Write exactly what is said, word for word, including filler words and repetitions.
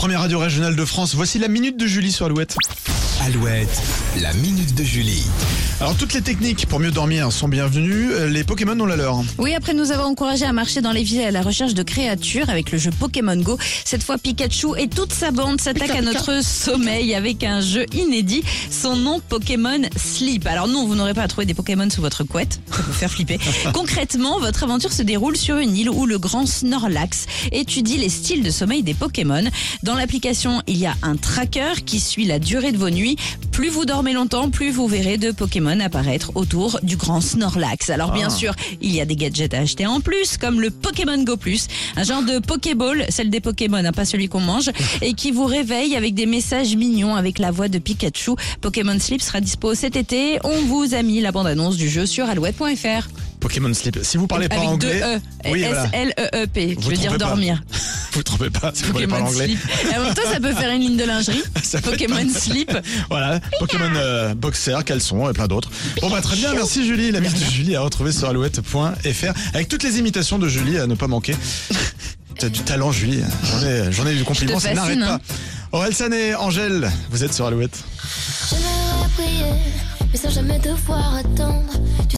première radio régionale de France. Voici la minute de Julie sur Alouette. Alouette, la minute de Julie. Alors toutes les techniques pour mieux dormir sont bienvenues, les Pokémon ont la leur. Oui, après nous avons encouragé à marcher dans les villes à la recherche de créatures avec le jeu Pokémon Go. Cette fois, Pikachu et toute sa bande s'attaquent à notre sommeil avec un jeu inédit. Son nom, Pokémon Sleep. Alors non, vous n'aurez pas à trouver des Pokémon sous votre couette. Ça peut faire flipper. Concrètement, votre aventure se déroule sur une île où le grand Snorlax étudie les styles de sommeil des Pokémon. Dans l'application, il y a un tracker qui suit la durée de vos nuits. Plus vous dormez longtemps, plus vous verrez de Pokémon apparaître autour du grand Snorlax. Alors bien Ah. sûr, il y a des gadgets à acheter en plus, comme le Pokémon Go Plus, un genre de Pokéball, celle des Pokémon, hein, pas celui qu'on mange, et qui vous réveille avec des messages mignons avec la voix de Pikachu. Pokémon Sleep sera dispo cet été. On vous a mis la bande-annonce du jeu sur alouette point f r. Pokémon Sleep. Si vous parlez pas Avec deux anglais, E, oui, voilà. S L E E P, Vous je veux dire trompez pas. dormir. Vous ne trompez pas si vous parlez pas Pokémon anglais. Sleep. Et en même temps, ça peut faire une ligne de lingerie. Ça peut Pokémon être- Sleep. Voilà, Pokémon euh, Boxer, caleçon et plein d'autres. Bon bah très bien, merci Julie. La minute de Julie à retrouver sur alouette point f r avec toutes les imitations de Julie à ne pas manquer. T'as du talent Julie, j'en ai, j'en ai du compliment, Je te ça n'arrête fascine, pas. Aurel San et Angèle, vous êtes sur Alouette. J'aimerais prier, mais sans jamais devoir attendre.